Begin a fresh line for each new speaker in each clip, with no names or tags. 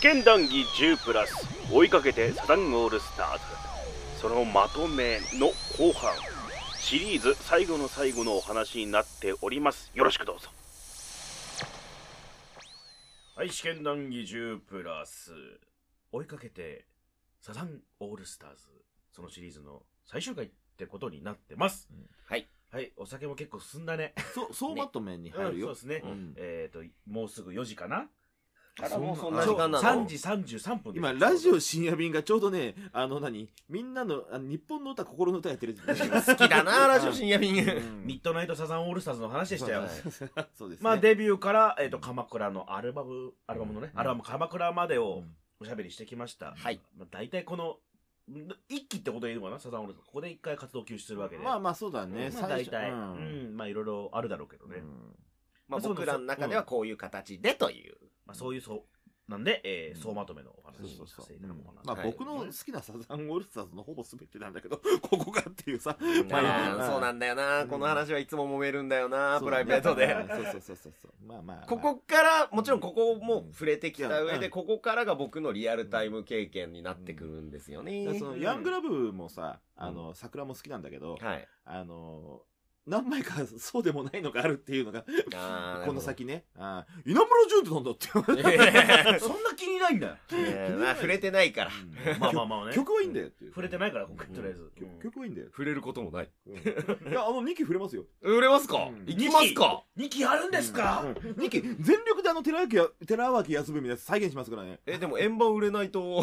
験談義10プラス追いかけてサザンオールスターズ、そのまとめの後半、シリーズ最後の最後のお話になっております。よろしくどうぞ。はい、試験談義10プラス追いかけてサザンオールスターズ、そのシリーズの最終回ってことになってます、
はい
はい。お酒も結構進んだね。
総まとめに入るよ、
そうですね、もうすぐ4時かな。
もうそんな時間なの。
3時33分。
今ラジオ深夜便がちょうどね、みんなの日本の歌、心の歌やってる
好きだなラジオ深夜便。
ミッドナイトサザンオールスターズの話でしたよ。
そうですね。
まあデビューから鎌倉のアルバムのね、アルバム鎌倉までをおしゃべりしてきました。
はい。
大体この一期ってことでいいのかな、サザンオールスターズ。ここで一回活動休止するわけで。
まあそうだね。
まあ大体まあいろいろあるだろうけどね。
まあ僕らの中ではこういう形でという。
まあそういうなんで、総まとめのお話をさせていただこうかな。
まあ僕の好きなサザンオールスターズのほぼ全てなんだけど、ここがっていうさ。
そうなんだよな。この話はいつも揉めるんだよな、プライベートで。
そう。まあ。
ここから、もちろんここも触れてきた上で、ここからが僕のリアルタイム経験になってくるんですよね。
そのヤングラブもさ、桜も好きなんだけど、何枚かそうでもないのがあるっていうのがこの先ね、稲村淳ってなんだって
そんな気にないんだよ。
まあ触れてないから。
まあね、
曲はいいんだよっていう。
触れてないから今回とりあえず
曲はいいんだよ。
触れることもない。
いや2期触れますよ。
触れますか。行きますか。
2期あるんですか。
2期全力で寺脇康文のやつ再現しますからね。
でも円盤売れないと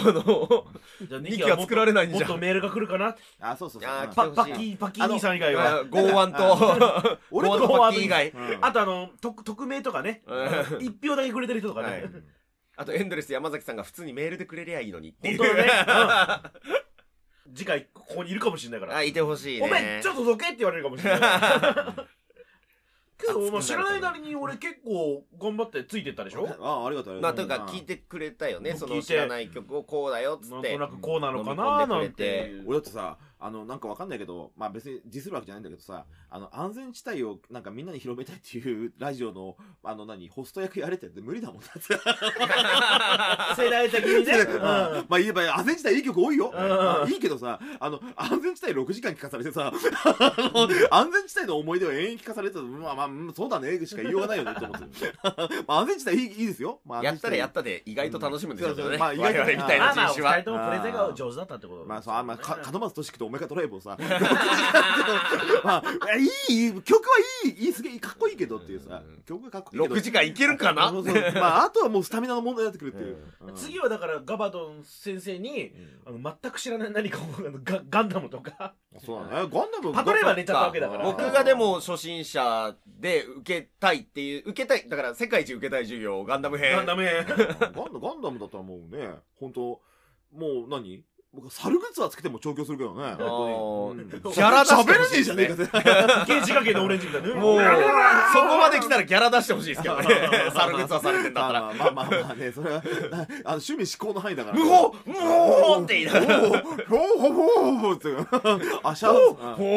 2期は作られないんじゃん。
もっとメールが来るかな。
そう。
パッキー兄さん以外は
剛腕と
俺と
パッキー以外、
あと匿名とかね、1票だけくれてる人とかね、
あとエンドレス山崎さんが普通にメールでくれりゃいいのにっていう。
本当だね。次回ここにいるかもしれないから。
いてほしいね。
お前ちょっとどけって言われるかもしれないけど、知らないなりに俺結構頑張ってついてったでしょ。
ありがとう。
まあというか聞いてくれたよね。その知らない曲をこうだよっつって、
なんとなくこうなのかななんて。
俺だってさ、なんかわかんないけど、まあ別にディスるわけじゃないんだけどさ、安全地帯をなんかみんなに広めたいっていうラジオのホスト役やれって無理だもんだって。
世代的にね。
まあ言えば安全地帯いい曲多いよ。いいけどさ、安全地帯6時間聞かされてさ、安全地帯の思い出を延々聞かされてたら、まあそうだねしか言いようがないよねって思ってる。安全地帯いいですよ。
やったらやったで意外と楽しむんですよね。
我々
みたいな人種は。
2人ともプレゼンが上手だったってこと。
まあそう、門松俊樹とオメガトライブをさ、まあ曲はいい、すげえかっこいいけどっていうさ、曲がかっこいいけど
6時間いけるかな。
まああとはもうスタミナの問題になってくるっていう。
次はだからガバドン先生に全く知らない何かガンダムとか。
そうだね、ガンダム
パトレーバー寝ちゃったわけだから。
僕がでも初心者で受けたいだから世界一受けたい授業ガンダム編。
ガンダム
だったらもうね、本当もう何、僕猿グッズはつけても調教するけどね。
ギャラ出してほしいですね。
刑事掛けのオレンジみたいな。
もうそこまで来たらギャラ出してほしいですけどね。猿グッズはされてんだったら。
まあね、それは趣味思考の範囲だから。
無法って言いながら。
ほーってあしゃ
ほ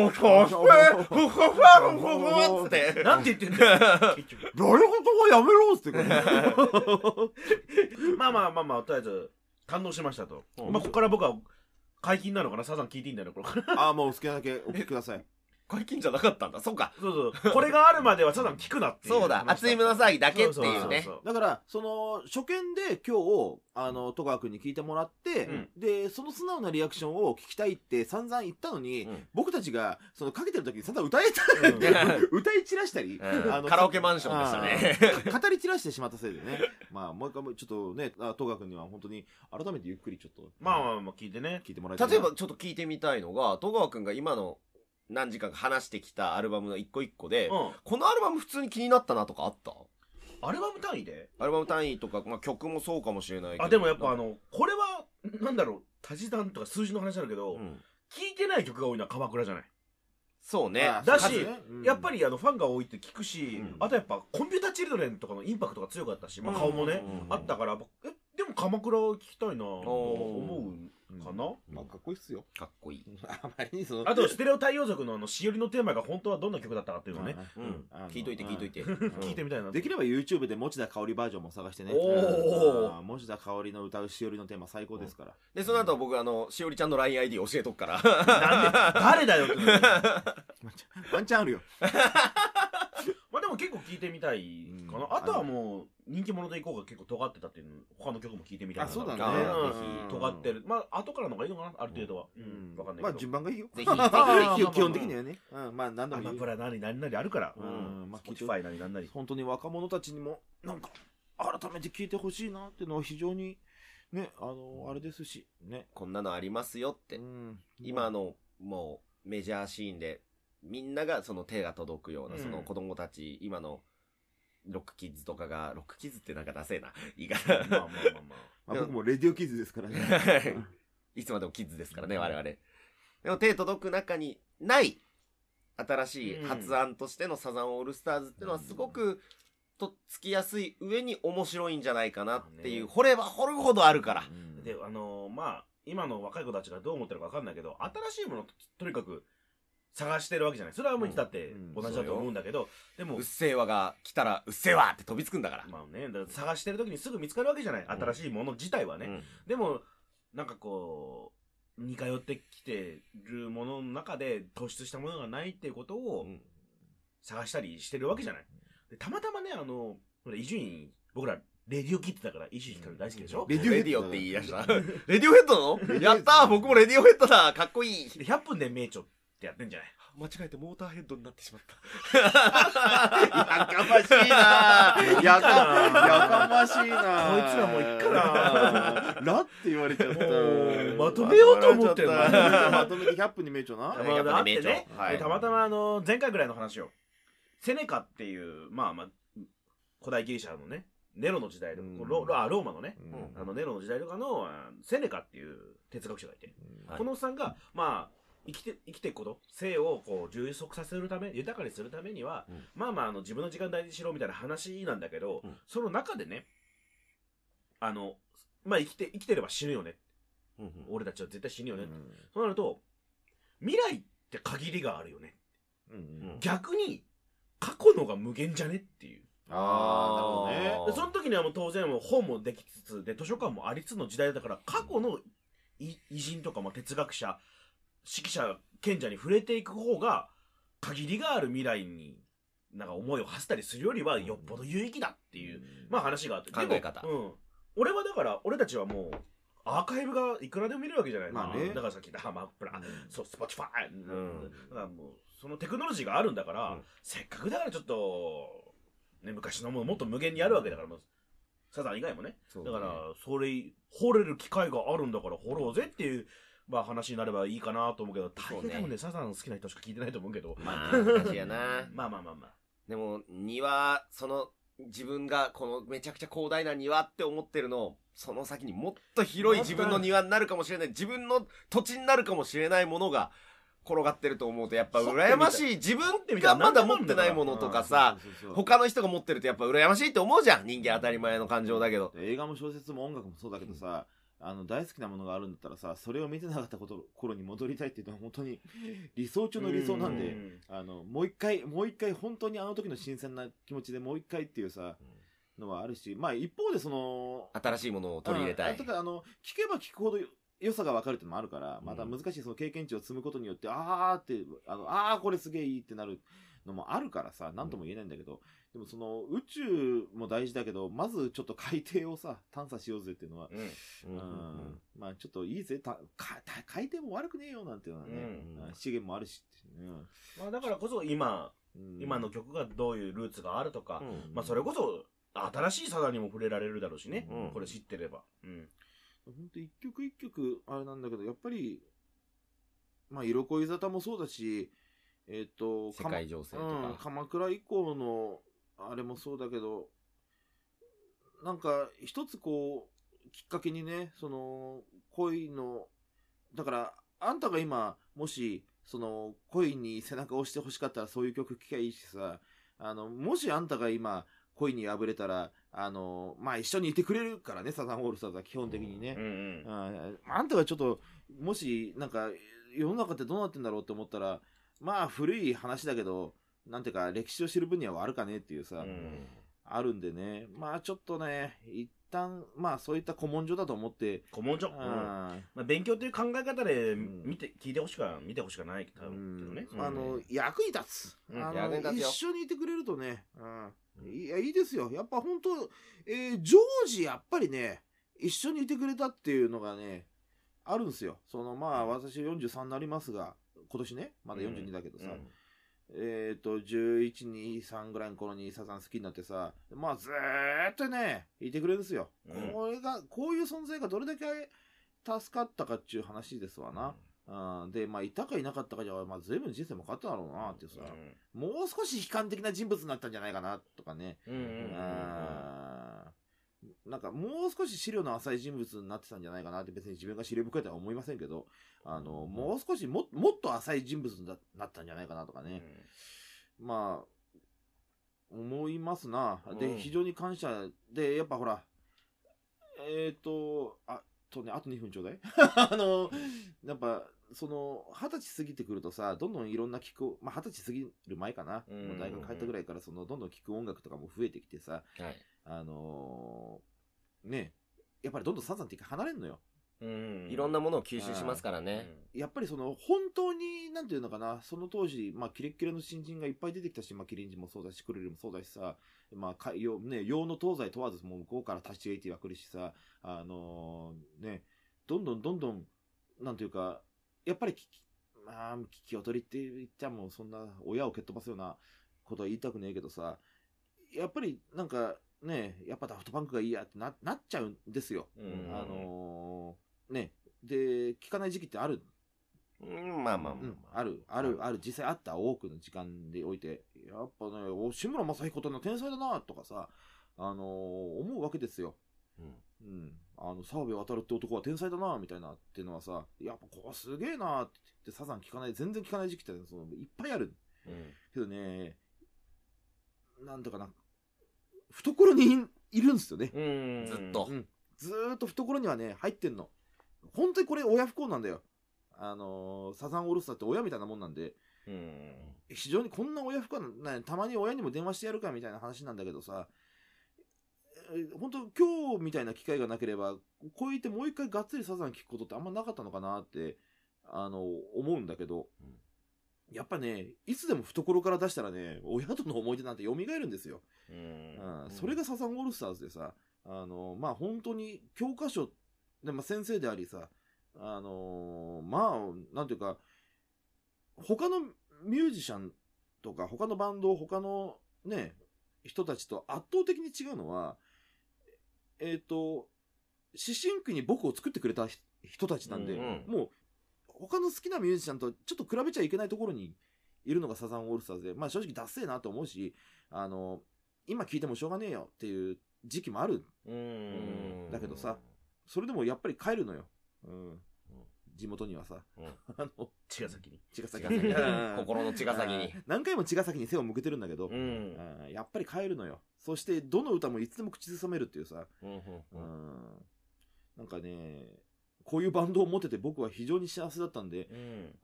ーって
なんて言ってんだよ。
誰事はやめろって
まあとりあえず感動しましたと。まあここから僕は解禁なのかな。サザン聞いていいんだよこれから。
もう好きなだけお聞きください。
解禁じゃなかったんだ。そうか。
そうこれがあるまではサザン聞くなっていう。
そうだ。熱い胸騒ぎだけっていうね。
だからその初見で今日戸川君に聞いてもらって、でその素直なリアクションを聞きたいって散々言ったのに、僕たちがそのかけてる時に散々歌い散らしたり、
カラオケマンションでしたね。
語り散らしてしまったせいでね。まあもう一回ちょっとね、戸川君には本当に改めてゆっくりちょっと
まあ聞いて
もらいたい。
例えばちょっと聞いてみたいのが、戸川君が今の何時間か話してきたアルバムの一個一個で、このアルバム普通に気になったなとかあった？
アルバム単位で？
アルバム単位とか、まあ、曲もそうかもしれないけど。
でもやっぱこれはなんだろう、足し算とか数字の話なんだけど、聞いてない曲が多いのは鎌倉じゃない。
そうね。
だし、やっぱりファンが多いって聞くし、あとやっぱコンピューターチルドレンとかのインパクトが強かったし、まあ顔もねあったから、でもも鎌倉聞きたいな思うかな。
まあかっこいいっすよ。
かっこいい。
あまりにその
あとステレオ太陽族のしおりのテーマが本当はどんな曲だったかっていうのをね、
聞いといて聞いといて。
聞いてみたいな。
できれば YouTube で持田香織バージョンも探してね。持田香織の歌うしおりのテーマ最高ですから。
で、その後僕しおりちゃんの LINE ID 教えとくから。
なんで誰だよって。
ワンチャンあるよ。
まあでも結構聞いてみたいかな。あとはもう人気者でいこうが結構尖ってたっていうの、他の曲も聞いてみたいな。
あ、そうだね。
ぜひ尖ってる。まあ後からの方がいいのかな、ある程度は。わかんないけど。
まあ順番がいいよ。
ぜひ
基本的にはね。まあ何でもいい。
アマプラ何々あるから。
まあ
スポティファイ何々。
本当に若者たちにもなんか改めて聞いてほしいなっていうのは非常にね、あれですしね。
こんなのありますよって。今のもうメジャーシーンでみんながその手が届くようなその子供たち、今のロックキッズとかが、ロックキッズってなんかダセえな言い方。
まあ僕もレディオキッズですからね。
いつまでもキッズですからね、我々。でも手届く中にない新しい発案としてのサザンオールスターズっていうのはすごくとっつきやすい上に面白いんじゃないかなっていう、掘れば掘るほどあるから。
で、まあ今の若い子たちがどう思ってるか分かんないけど、新しいものとにかく探してるわけじゃない。それはもういつだって同じだと思うんだけど、でも
うっせぇわが来たらうっせぇわって飛びつくんだから。
まあね、だから探してる時にすぐ見つかるわけじゃない、新しいもの自体はね。でもなんかこう似通ってきてるものの中で突出したものがないっていうことを探したりしてるわけじゃない。でたまたまね、伊集院、僕らレディオキッズだから伊集院光大好きでしょ。
レディオって言い出した。レディオヘッドなの？やったー、僕もレディオヘッドだ、かっこいい。
100分で名著ってやってんじゃない。
間違えてモーターヘッドになってしまった。
やかましいな。やかましいな。
こいつらもういっかな。
ラって言われちゃった。
まとめようと思ってるの。
まとめて100分に名著な。
まあ、あってね、たまたま前回ぐらいの話を、セネカっていうまあ古代ギリシャのね、ネロの時代で、ローマのね、ネロの時代とかのセネカっていう哲学者がいて、このおっさんがまあ生きていくこと、生をこう充足させるため、豊かにするためには、まあ自分の時間大事にしろみたいな話なんだけど、その中でね、まあ生きてれば死ぬよね、俺たちは絶対死ぬよね、そうなると未来って限りがあるよね、逆に過去のが無限じゃねっていう。
なるほどね。
でその時にはもう当然本もできつつで図書館もありつつの時代だから、過去の偉人とか哲学者、指揮者、賢者に触れていく方が限りがある未来になんか思いを馳せたりするよりはよっぽど有意義だっていう、まあ話があって、
考え方。
俺はだから俺たちはもうアーカイブがいくらでも見れるわけじゃない。
まあね。
だからさっき言ったハマプラ、そうスポティファイ、だからもうそのテクノロジーがあるんだから、せっかくだからちょっとね、昔のものもっと無限にあるわけだから、サザン以外もね。だからそれ掘れる機会があるんだから掘ろうぜっていう。まあ話になればいいかなと思うけど、大変多分ね、サザン好きな人しか聞いてないと思うけど。
まあ、難しいやな。
まあ。
でも、庭、自分がこのめちゃくちゃ広大な庭って思ってるの、その先にもっと広い自分の庭になるかもしれない、自分の土地になるかもしれないものが転がってると思うと、やっぱ羨ましい。自分がまだ持ってないものとかさ、他の人が持ってるとやっぱ羨ましいって思うじゃん。人間当たり前の感情だけど。
映画も小説も音楽もそうだけどさ、大好きなものがあるんだったらさ、それを見てなかった頃に戻りたいっていうのは本当に理想中の理想なんで、もう一回本当にあの時の新鮮な気持ちでもう一回っていうさ、のはあるし、まあ一方で
新しいものを取り入れたい。
とか聞けば聞くほど良さが分かるってのもあるから、また難しいその経験値を積むことによって、これすげえいいってなるのもあるからさ、なんとも言えないんだけど、でも宇宙も大事だけど、まずちょっと海底をさ、探査しようぜっていうのは、まあちょっといいぜ、海底も悪くねえよなんていうのはね、資源もあるし、
まあだからこそ今の曲がどういうルーツがあるとか、まあそれこそ新しいサザンにも触れられるだろうしね、これ知ってれば。
本当一曲一曲あれなんだけど、やっぱりまあ色恋沙汰もそうだし、
世界情勢とか、
鎌倉以降のあれもそうだけど、なんか一つこうきっかけにね、恋の、だからあんたが今もし恋に背中を押してほしかったらそういう曲聴きゃいいしさ、もしあんたが今恋に破れたらまあ一緒にいてくれるからね、サザンオールスターズは基本的にね。
うんうん
あんたがちょっと、もし、なんか、世の中ってどうなってんだろうって思ったら、まあ古い話だけど、なんていうか、歴史を知る分には悪かねっていうさ、あるんでね、まあちょっとね、一旦、まあそういった古文書だと思って、
古文書、まあ、勉強という考え方で聞いてほしくは、見てほしくはないけどね。
役に立つ。一緒にいてくれるとね、いや、いいですよ。やっぱ本当、ジョージやっぱりね、一緒にいてくれたっていうのがね、あるんですよ。まあ私43になりますが、今年ね、まだ42だけどさ、11、2、3ぐらいの頃にサザン好きになってさ、まあずーっとね、いてくれるんですよ。こういう存在がどれだけ助かったかっていう話ですわな。で、まあ、いたかいなかったかじゃ、まあ、随分人生も変わっただろうなってさ、もう少し悲観的な人物になったんじゃないかなとかね。なんか、もう少し資料の浅い人物になってたんじゃないかなって、別に自分が資料深いとは思いませんけど、もう少しもっと浅い人物になったんじゃないかなとかね。まあ、思いますな。で、非常に感謝で、やっぱほら、あと2分ちょうだいやっぱ、20歳過ぎてくるとさ、どんどんいろんなまあ、20歳過ぎる前かな。もう大学帰ったぐらいから、どんどん聴く音楽とかも増えてきてさ、ね、やっぱりどんどんサザンって離れんのよ。
いろんなものを吸収しますからね。
やっぱり本当に、なんていうのかな、その当時、まあ、キレッキレの新人がいっぱい出てきたし、まあ、キリンジもそうだし、クレルもそうだしさ、まあ、洋の東西問わず、もう向こうからタッチ80は来るしさ、ね、どんどん、なんていうか、やっぱりまあ、聞き劣りって言っちゃもうそんな親を蹴っ飛ばすようなことは言いたくねえけどさ、やっぱりなんかね、やっぱダフトパンクがいいやってなっちゃうんですよ。ね、で、聞かない時期ってある。
まあ、
ある、実際あった多くの時間でおいて、やっぱね、志村正彦との天才だなとかさ、思うわけですよ。澤部渡って男は天才だなみたいなっていうのはさ、やっぱこうすげえなって言ってサザン全然聞かない時期っていっぱいある。けどね、なんだかな、懐にいるんですよね。
ずっと。
ずーっと懐にはね、入ってんの。本当にこれ親不孝なんだよ。サザンオールスターって親みたいなもんなんで、非常にこんな親不孝な、たまに親にも電話してやるかみたいな話なんだけどさ、本当今日みたいな機会がなければ、こう言ってもう一回がっつりサザン聞くことってあんまなかったのかなって、思うんだけど、やっぱね、いつでも懐から出したらね、親との思い出なんて蘇るんですよ。それがサザンオールスターズでさ、まあ本当に教科書で、まあ、先生でありさ、まあ、なんていうか、他のミュージシャンとか、他のバンド、他のね、人たちと圧倒的に違うのは、思春期に僕を作ってくれた人たちなんで、もう、他の好きなミュージシャンとちょっと比べちゃいけないところにいるのがサザンオールスターズで、まあ正直ダッセーなと思うし、今聞いてもしょうがねえよっていう時期もある。だけどさ、それでもやっぱり帰るのよ。地元にはさ、
茅ヶ崎に。
心の茅ヶ崎に。
何回も茅ヶ崎に背を向けてるんだけど、やっぱり帰るのよ。そして、どの歌もいつでも口ずさめるっていうさ、なんかね、こういうバンドを持ってて僕は非常に幸せだったんで、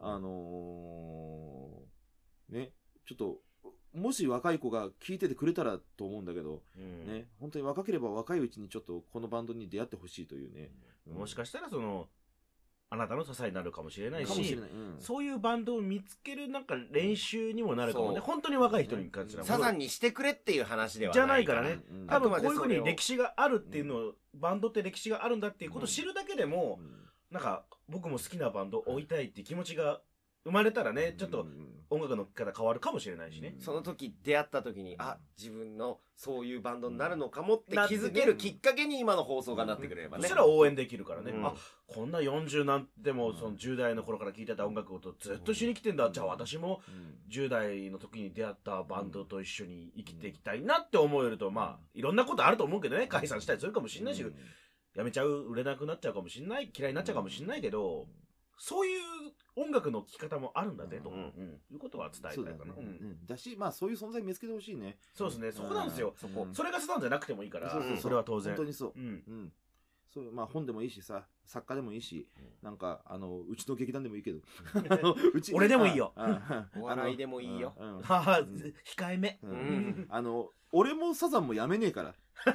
ね、ちょっと、もし若い子が聴いててくれたらと思うんだけど、ね、本当に若ければ若いうちにちょっとこのバンドに出会ってほしいというね。
もしかしたらあなたの支えになるかもしれないし、そういうバンドを見つけるなんか練習にもなるかもね。本当に若い人に関しては。
サザンにしてくれっていう話では
じゃないからね。多分こういうふうに歴史があるっていうのを、バンドって歴史があるんだっていうことを知るだけでも、なんか僕も好きなバンドを追いたいっていう気持ちが生まれたらね、ちょっと音楽の聴き方変わるかもしれないしね。
その時出会った時に、自分のそういうバンドになるのかもって気づけるきっかけに今の放送がなってくれればね。
そしたら応援できるからね。こんな40なんでもその10代の頃から聴いてた音楽をずっと一緒に生きてんだ。じゃあ私も10代の時に出会ったバンドと一緒に生きていきたいなって思えると、まあいろんなことあると思うけどね。解散したりするかもしれないし、やめちゃう、売れなくなっちゃうかもしれない、嫌いになっちゃうかもしれないけど、 そういう音楽の聴き方もあるんだぜと、
うん
いうことは伝えたいかな。
そうだよね。だし、まあそういう存在見つけてほしいね。
そうですね、そこなんですよ。
そこ。
それがサザンじゃなくてもいいから、
そうそうそう
それは当然。
本当にそう。
うん
そう、まあ本でもいいしさ、作家でもいいし、なんか、うちの劇団でもいいけど。
俺でもいいよ。
お笑いでもいいよ。
は控えめ。
俺もサザンもやめねえから。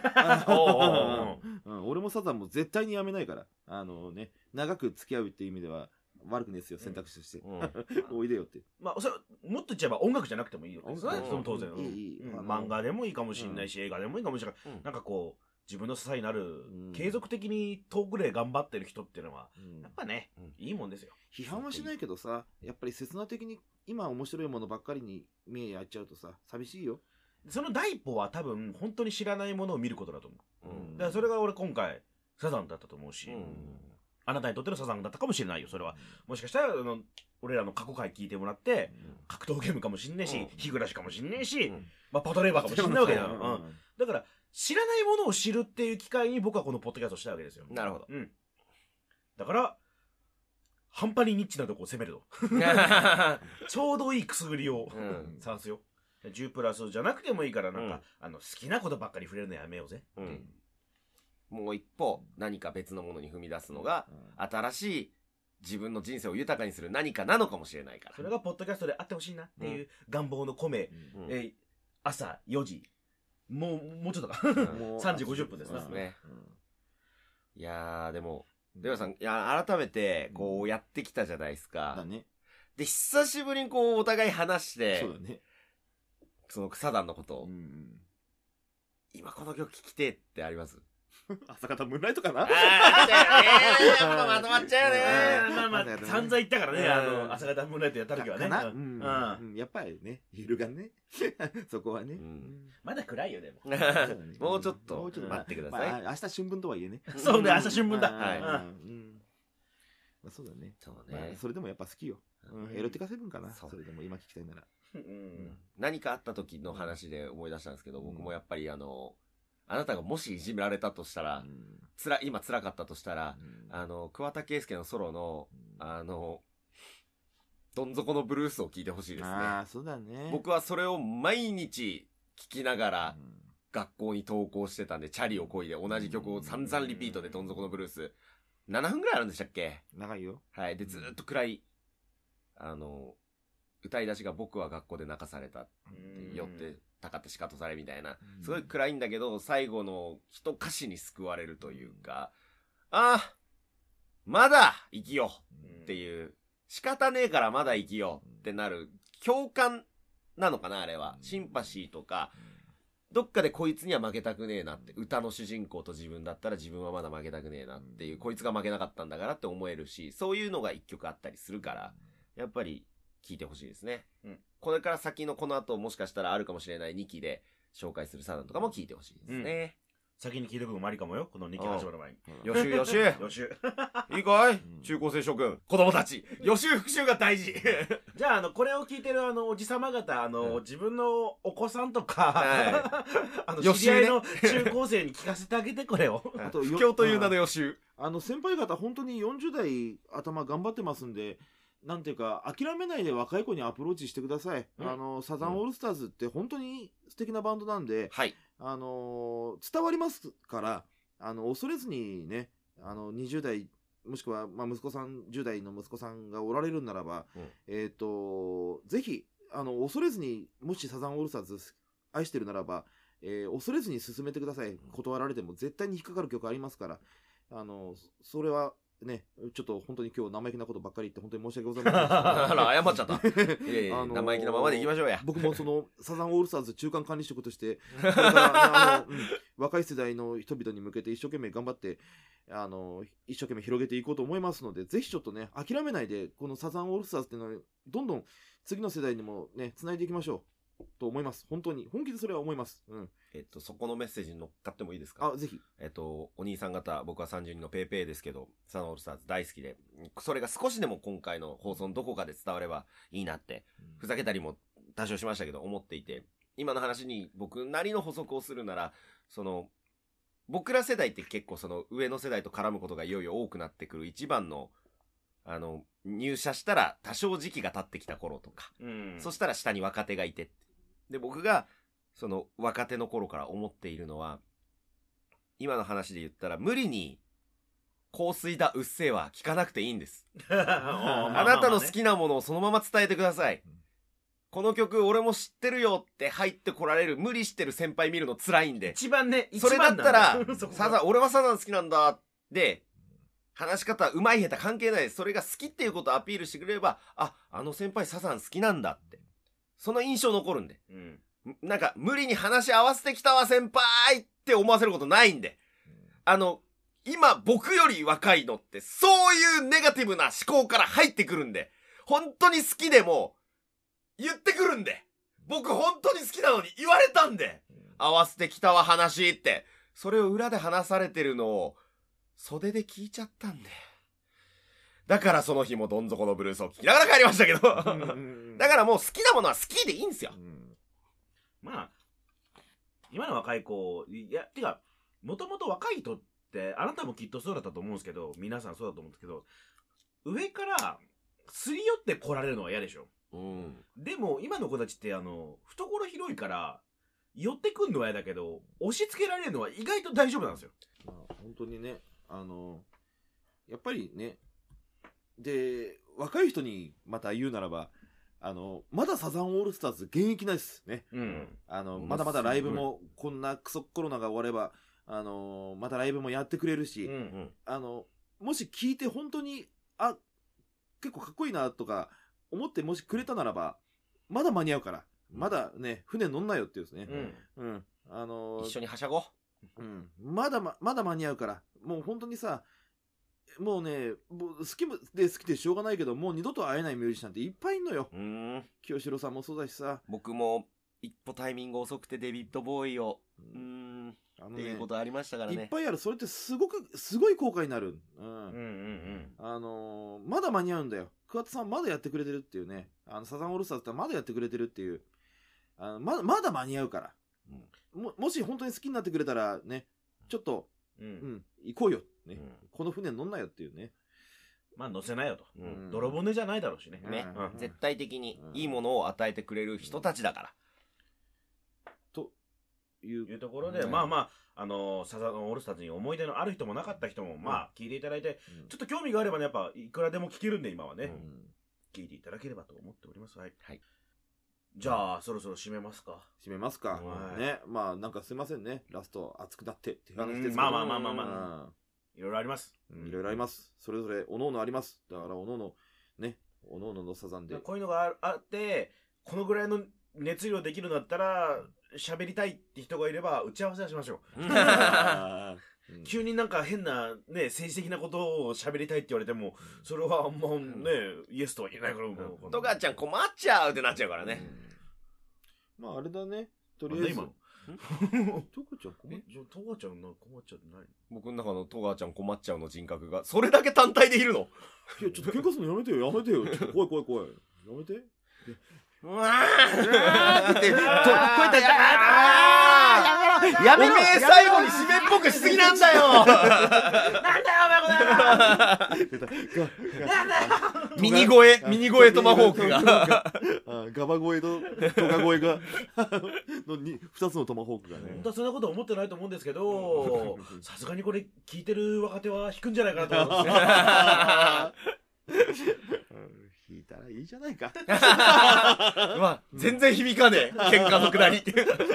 俺もサザンも絶対にやめないから。長く付き合うっていう意味では悪くないですよ、選択肢として。おいでよって。
まあ、それもっと言っちゃえば音楽じゃなくてもいいよ。それは当然。
いい。
漫画でもいいかもしれないし、映画でもいいかもしれない。なんかこう、自分の支えになる、継続的に遠くで頑張ってる人っていうのは、やっぱね、いいもんですよ。
批判はしないけどさ、やっぱり刹那的に今面白いものばっかりに目やっちゃうとさ、寂しいよ。
その第一歩は多分、本当に知らないものを見ることだと思う。だからそれが俺今回、サザンだったと思うし、あなたにとってのサザンだったかもしれないよ、それは。もしかしたら、俺らの過去回聞いてもらって、格闘ゲームかもしんねえし、日暮らしかもしんねえし、まあ、パトレーバーかもしんないわけだよ。だから、知らないものを知るっていう機会に僕はこのポッドキャストをしたわけですよ。
なるほど。
だから、半端にニッチなとこを攻めると。ちょうどいいくすぐりを探すよ。10プラスじゃなくてもいいから、なんか、好きなことばっかり触れるのやめようぜ。
もう一歩、何か別のものに踏み出すのが、新しい自分の人生を豊かにする何かなのかもしれないから。
それがポッドキャストであってほしいなっていう願望の米、朝4時。もうちょっとか。3時50分です
ね。いやー、でも、出川さん、いや、改めて、こう、やってきたじゃないですか。
だね。
で、久しぶりにこう、お互い話して、
そうだね。
そのサザンのことを、今この曲聴きてってあります？
朝方ムーンライトかな。
やっぱまとまっちゃうよね。
まあ散々言ったからね、朝方ムーンライトやった時はね。
やっぱりね、昼がね、そこはね。
まだ暗いよ、でも。
もうちょっと待ってください。
明日春分とはいえね。
そうね、明日春分だ。
そうだね。
そうね。
それでもやっぱ好きよ。エロティカセブンかな。それでも今聞きたいなら。
何かあった時の話で思い出したんですけど、僕もやっぱりあなたがもしいじめられたとしたら、今辛かったとしたら、桑田佳祐のソロの、どん底のブルースを聴いてほしいですね。
ああ、そうだね。
僕はそれを毎日聴きながら、学校に登校してたんで、チャリを漕いで同じ曲を散々リピートでどん底のブルース。7分ぐらいあるんでしたっけ？
長いよ。
はい。で、ずーっと暗い、歌い出しが僕は学校で泣かされたって酔ってたかって仕方されみたいな、すごい暗いんだけど、最後の一歌詞に救われるというか、まだ生きようっていう、仕方ねえからまだ生きようってなる、共感なのかな、あれは。シンパシーとか、どっかでこいつには負けたくねえなって、歌の主人公と自分だったら自分はまだ負けたくねえなっていう、こいつが負けなかったんだからって思えるし、そういうのが一曲あったりするから、やっぱり聴いてほしいですね。これから先のこの後もしかしたらあるかもしれない2期で紹介するサザンとかも聴いてほしいですね。
先に聞いておくのもありかもよ、この2期始まる前に。
予習予習
予習。
いいかい、中高生諸君、子供たち、予習復習が大事。
じゃあ、これを聞いてるおじさま方、自分のお子さんとか、知り合いの中高生に聞かせてあげて、これを。
あと、不況という名の予習。
先輩方、本当に40代頭頑張ってますんで、なんていうか、諦めないで若い子にアプローチしてください。サザンオールスターズって本当に素敵なバンドなんで、
はい。
伝わりますから、恐れずにね、20代、もしくは、息子さん、10代の息子さんがおられるならば、ぜひ、恐れずに、もしサザンオールスターズ愛してるならば、恐れずに進めてください。断られても絶対に引っかかる曲ありますから、それは、ね、ちょっと本当に今日生意気なことばっかり言って本当に申し訳ございません。
あら、謝っちゃった。生意気なままで行きましょうや。
僕もサザンオールスターズ中間管理職として、これから若い世代の人々に向けて一生懸命頑張って、一生懸命広げていこうと思いますので、ぜひちょっとね、諦めないで、このサザンオールスターズっていうのをどんどん次の世代にもね、繋いでいきましょう。と思います。本当に。本気でそれは思います。
そこのメッセージに乗っかってもいいですか？
ぜひ。
お兄さん方、僕は32のペーペーですけど、サザンオールスターズ大好きで、それが少しでも今回の放送のどこかで伝わればいいなって、ふざけたりも多少しましたけど、思っていて、今の話に僕なりの補足をするなら、僕ら世代って結構上の世代と絡むことがいよいよ多くなってくる一番の、 入社したら多少時期が経ってきた頃とか、そしたら下に若手がいて、で僕がその若手の頃から思っているのは、今の話で言ったら無理に香水だうっせぇは聞かなくていいんです。あなたの好きなものをそのまま伝えてください。この曲俺も知ってるよって入ってこられる無理してる先輩見るの辛いんで、
一番ね、
それだったら俺はサザン好きなんだで、話し方うまい下手関係ないです。それが好きっていうことをアピールしてくれれば、あの先輩サザン好きなんだってその印象残るんで、なんか無理に話合わせてきたわ先輩って思わせることないんで、今僕より若いのってそういうネガティブな思考から入ってくるんで、本当に好きでも言ってくるんで、僕本当に好きなのに言われたんで、合わせてきたわ話って、それを裏で話されてるのを袖で聞いちゃったんで、だからその日もどん底のブルースを聞きながら帰りましたけどだからもう好きなものは好きでいいんすよ。
まあ今の若い子、いやてかもともと若い人ってあなたもきっとそうだったと思うんですけど、皆さんそうだと思うんですけど、上からすり寄って来られるのは嫌でしょ。でも今の子たちって懐広いから寄ってくんのは嫌だけど、押し付けられるのは意外と大丈夫なんですよ。
本当にね、やっぱりね、で若い人にまた言うならば、まだサザンオールスターズ現役なんですね。まだまだライブもこんなクソコロナが終わればまたライブもやってくれるし、もし聞いて本当に結構かっこいいなとか思ってもしくれたならば、まだ間に合うから、まだね船乗んなよっていうですね、
一緒にはしゃごう、
まだ間に合うから、もう本当にさ、もうね、好きでしょうがないけど、もう二度と会えないミュージシャンっていっぱいいんのよ。清志郎さんもそうだしさ、
僕も一歩タイミング遅くてデビッド・ボーイをっていうことありましたからね。
いっぱいある。それってすごい後悔になる。まだ間に合うんだよ。桑田さんまだやってくれてるっていうね。サザンオールスターズってまだやってくれてるっていう。まだ間に合うから。もし本当に好きになってくれたらね、ちょっと、行こうよ。ね、この船乗んなよっていうね。
まあ乗せなよと。泥船じゃないだろうしね。
絶対的にいいものを与えてくれる人たちだから。
という
ところで、まあまあ、サザンオールスターズに思い出のある人もなかった人も、まあ聞いていただいて、ちょっと興味があればね、やっぱいくらでも聞けるんで今はね、聞いていただければと思っております。はい。じゃあそろそろ締めますか。
ね。まあなんかすいませんね、ラスト熱くなってっていう話ですけど、
まあいろいろあります。
いろいろあります。それぞれおのおのあります。だからおのおのね、おのおののサザンで
こういうのがあって、このぐらいの熱量できるんだったら喋りたいって人がいれば打ち合わせはしましょう。急になんか変なね政治的なことを喋りたいって言われても、それはもうねイエスとは言えないから、
トガちゃん困っちゃうってなっちゃうからね。
まああれだね、とりあえずトガちゃん困っちゃってない。
僕の中のトガちゃん困っちゃうの人格がそれだけ単体でいるの。
いやちょっと喧嘩するのやめてよちょっと怖いやめて。
うわーって声出した
やめろ。
おめえ最後に締めっぽくしすぎなんだよ。
なんだよお前こ
のミニ声トマホークが
ガバ声とトガ声がの2つのトマホークがね。
本当はそんなこと思ってないと思うんですけど、さすがにこれ聞いてる若手は引くんじゃないかなと思うんですね。
弾いたらいいじゃないか。
全然響かねえ喧嘩のくだり。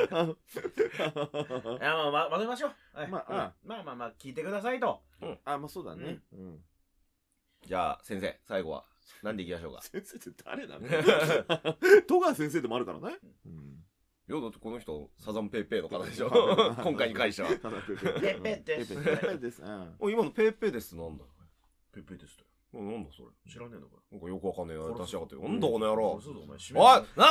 まとめましょう。まあ聞いてくださいと。
まあそうだね。
じゃあ先生最後は何でいきましょうか。
先生って誰なの？戸川先生でもあるからね。
いやだってこの人サザンペイペイの方でしょ。今回に関しては。
ペイペイです。
今のペイペイですなんだ。
ペイペイです。
なんだそれ
知らねえのか。
なんかよくわかんねえや出しやがって。なんだこの野郎。おい、
ちょっと
待って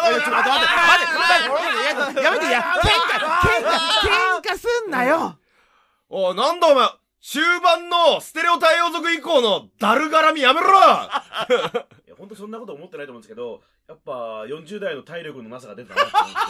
やめてや。喧嘩すんなよ。
おい、なんだお前。終盤のステレオ対応族以降のダル絡みやめろ。い
や本当そんなこと思ってないと思うんですけど、やっぱ40代の体力のなさが出たなって思って。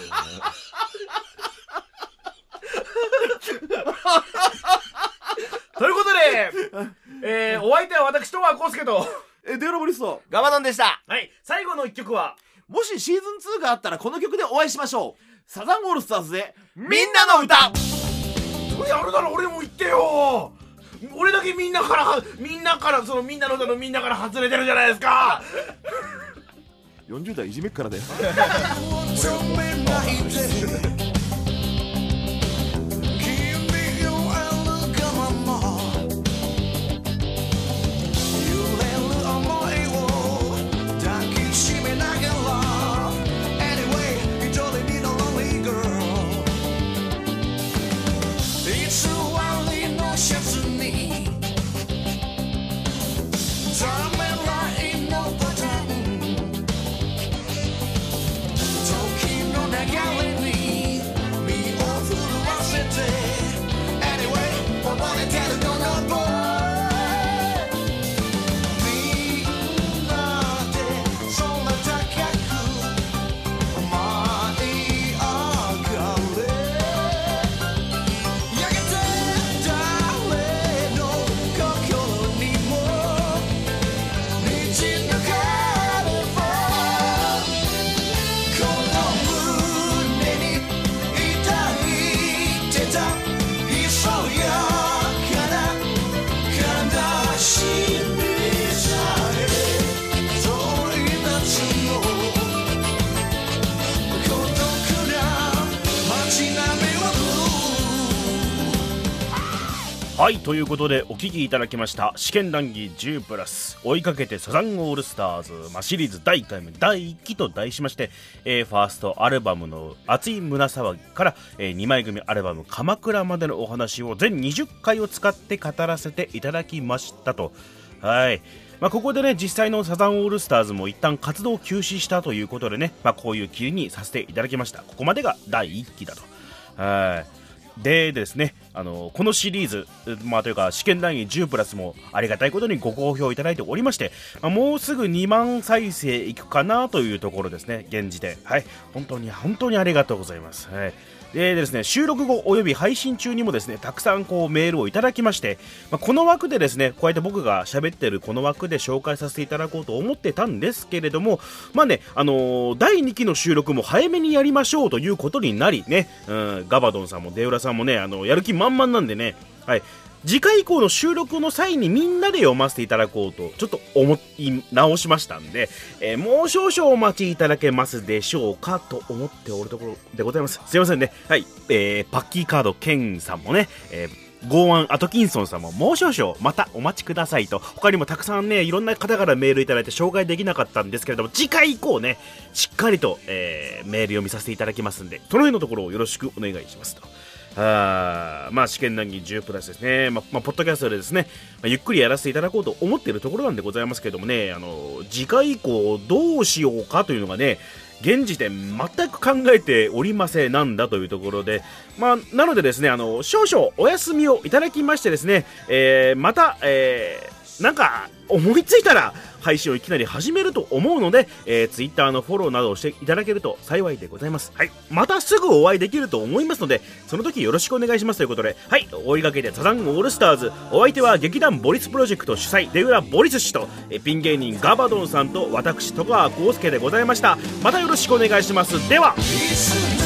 ということで、お相手は私戸川浩介と
デュラボリスト
ガバドンでした。
はい、最後の一曲は、
もしシーズン2があったらこの曲でお会いしましょう。サザンオールスターズで
みんなの歌。
それやるなら俺も言ってよ。俺だけみんなからそのみんなの歌のみんなから外れてるじゃないですか。
40代いじめっからだよ。
はい、ということでお聴きいただきました試験談義10プラス追いかけてサザンオールスターズ、シリーズ第1回目第1期と題しまして、ファーストアルバムの熱い胸騒ぎから、2枚組アルバム鎌倉までのお話を全20回を使って語らせていただきましたと。はい、ここでね実際のサザンオールスターズも一旦活動休止したということでね、こういう切りにさせていただきました。ここまでが第1期だと。はい、でですね、このシリーズ、というか試験談義10プラスもありがたいことにご好評いただいておりまして、もうすぐ2万再生いくかなというところですね、現時点。はい、本当にありがとうございます。はい、でですね、収録後および配信中にもですねたくさんメールをいただきまして、この枠でですねこうやって僕が喋ってるこの枠で紹介させていただこうと思ってたんですけれども、第2期の収録も早めにやりましょうということになりね、ガバドンさんもデウラさんもねやる気満々なんでね、はい、次回以降の収録の際にみんなで読ませていただこうとちょっと思い直しましたんで、もう少々お待ちいただけますでしょうかと思っておるところでございます。すいませんね。はい、パッキーカードケンさんもね、ゴーアンアトキンソンさんももう少々またお待ちくださいと。他にもたくさんねいろんな方からメールいただいて紹介できなかったんですけれども、次回以降ねしっかりと、メール読みさせていただきますんで、その辺のところをよろしくお願いしますと。試験談義10プラスですね、ポッドキャストでですね、ゆっくりやらせていただこうと思っているところなんでございますけどもね、次回以降どうしようかというのがね現時点全く考えておりませんなんだというところで、なのでですね少々お休みをいただきましてですね、また、なんか思いついたら配信をいきなり始めると思うので、Twitter のフォローなどをしていただけると幸いでございます。はい、またすぐお会いできると思いますので、その時よろしくお願いしますということで、はい、追いかけてサザンオールスターズ、お相手は劇団ボリスプロジェクト主催デウラボリス氏とピン芸人ガバドンさんと私戸川浩介でございました。またよろしくお願いします。では。